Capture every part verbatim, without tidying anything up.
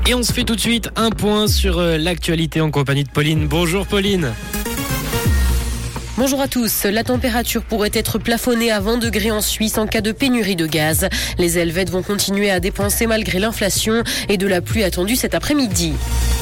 Et on se fait tout de suite un point sur l'actualité en compagnie de Pauline. Bonjour Pauline. Bonjour à tous. La température pourrait être plafonnée à vingt degrés en Suisse en cas de pénurie de gaz. Les Helvètes vont continuer à dépenser malgré l'inflation et de la pluie attendue cet après-midi.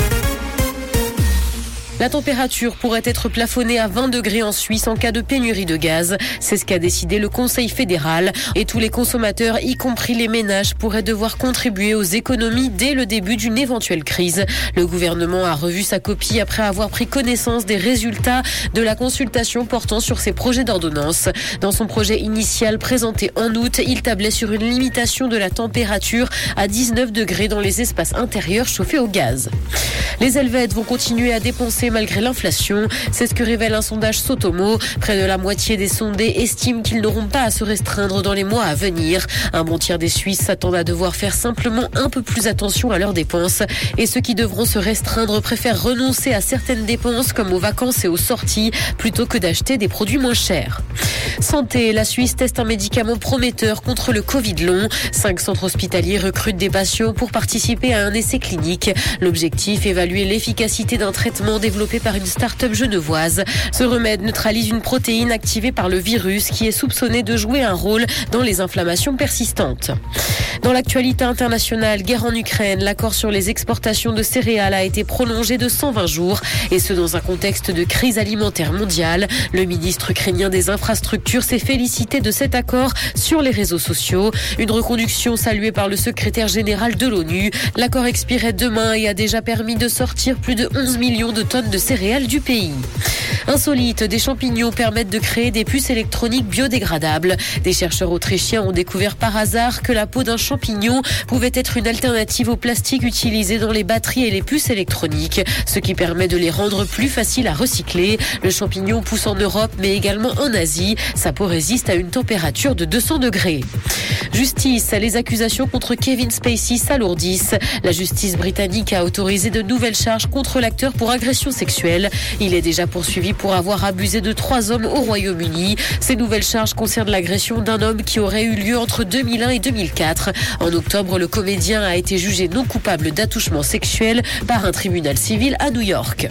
La température pourrait être plafonnée à vingt degrés en Suisse en cas de pénurie de gaz. C'est ce qu'a décidé le Conseil fédéral. Et tous les consommateurs, y compris les ménages, pourraient devoir contribuer aux économies dès le début d'une éventuelle crise. Le gouvernement a revu sa copie après avoir pris connaissance des résultats de la consultation portant sur ses projets d'ordonnance. Dans son projet initial présenté en août, il tablait sur une limitation de la température à dix-neuf degrés dans les espaces intérieurs chauffés au gaz. Les Helvètes vont continuer à dépenser malgré l'inflation. C'est ce que révèle un sondage Sotomo. Près de la moitié des sondés estiment qu'ils n'auront pas à se restreindre dans les mois à venir. Un bon tiers des Suisses s'attendent à devoir faire simplement un peu plus attention à leurs dépenses. Et ceux qui devront se restreindre préfèrent renoncer à certaines dépenses comme aux vacances et aux sorties plutôt que d'acheter des produits moins chers. Santé, la Suisse teste un médicament prometteur contre le Covid long. Cinq centres hospitaliers recrutent des patients pour participer à un essai clinique. L'objectif, évaluer l'efficacité d'un traitement développé par une start-up genevoise. Ce remède neutralise une protéine activée par le virus qui est soupçonné de jouer un rôle dans les inflammations persistantes. Dans l'actualité internationale, guerre en Ukraine, l'accord sur les exportations de céréales a été prolongé de cent vingt jours, et ce dans un contexte de crise alimentaire mondiale. Le ministre ukrainien des infrastructures s'est félicité de cet accord sur les réseaux sociaux. Une reconduction saluée par le secrétaire général de l'ONU. L'accord expirait demain et a déjà permis de sortir plus de onze millions de tonnes de céréales du pays. Insolite, des champignons permettent de créer des puces électroniques biodégradables. Des chercheurs autrichiens ont découvert par hasard que la peau d'un champignon pouvait être une alternative au plastique utilisé dans les batteries et les puces électroniques, ce qui permet de les rendre plus faciles à recycler. Le champignon pousse en Europe mais également en Asie. Sa peau résiste à une température de deux cents degrés. Justice, les accusations contre Kevin Spacey s'alourdissent. La justice britannique a autorisé de nouvelles charges contre l'acteur pour agression sexuelle. Il est déjà poursuivi pour avoir abusé de trois hommes au Royaume-Uni. Ces nouvelles charges concernent l'agression d'un homme qui aurait eu lieu entre deux mille un et deux mille quatre. En octobre, le comédien a été jugé non coupable d'attouchement sexuel par un tribunal civil à New York.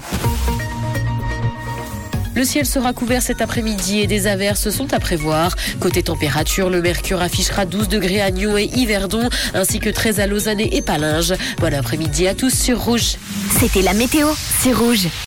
Le ciel sera couvert cet après-midi et des averses sont à prévoir. Côté température, le mercure affichera douze degrés à Nyon et Yverdon, ainsi que treize à Lausanne et Palinges. Bon après-midi à tous sur Rouge. C'était la météo, c'est Rouge.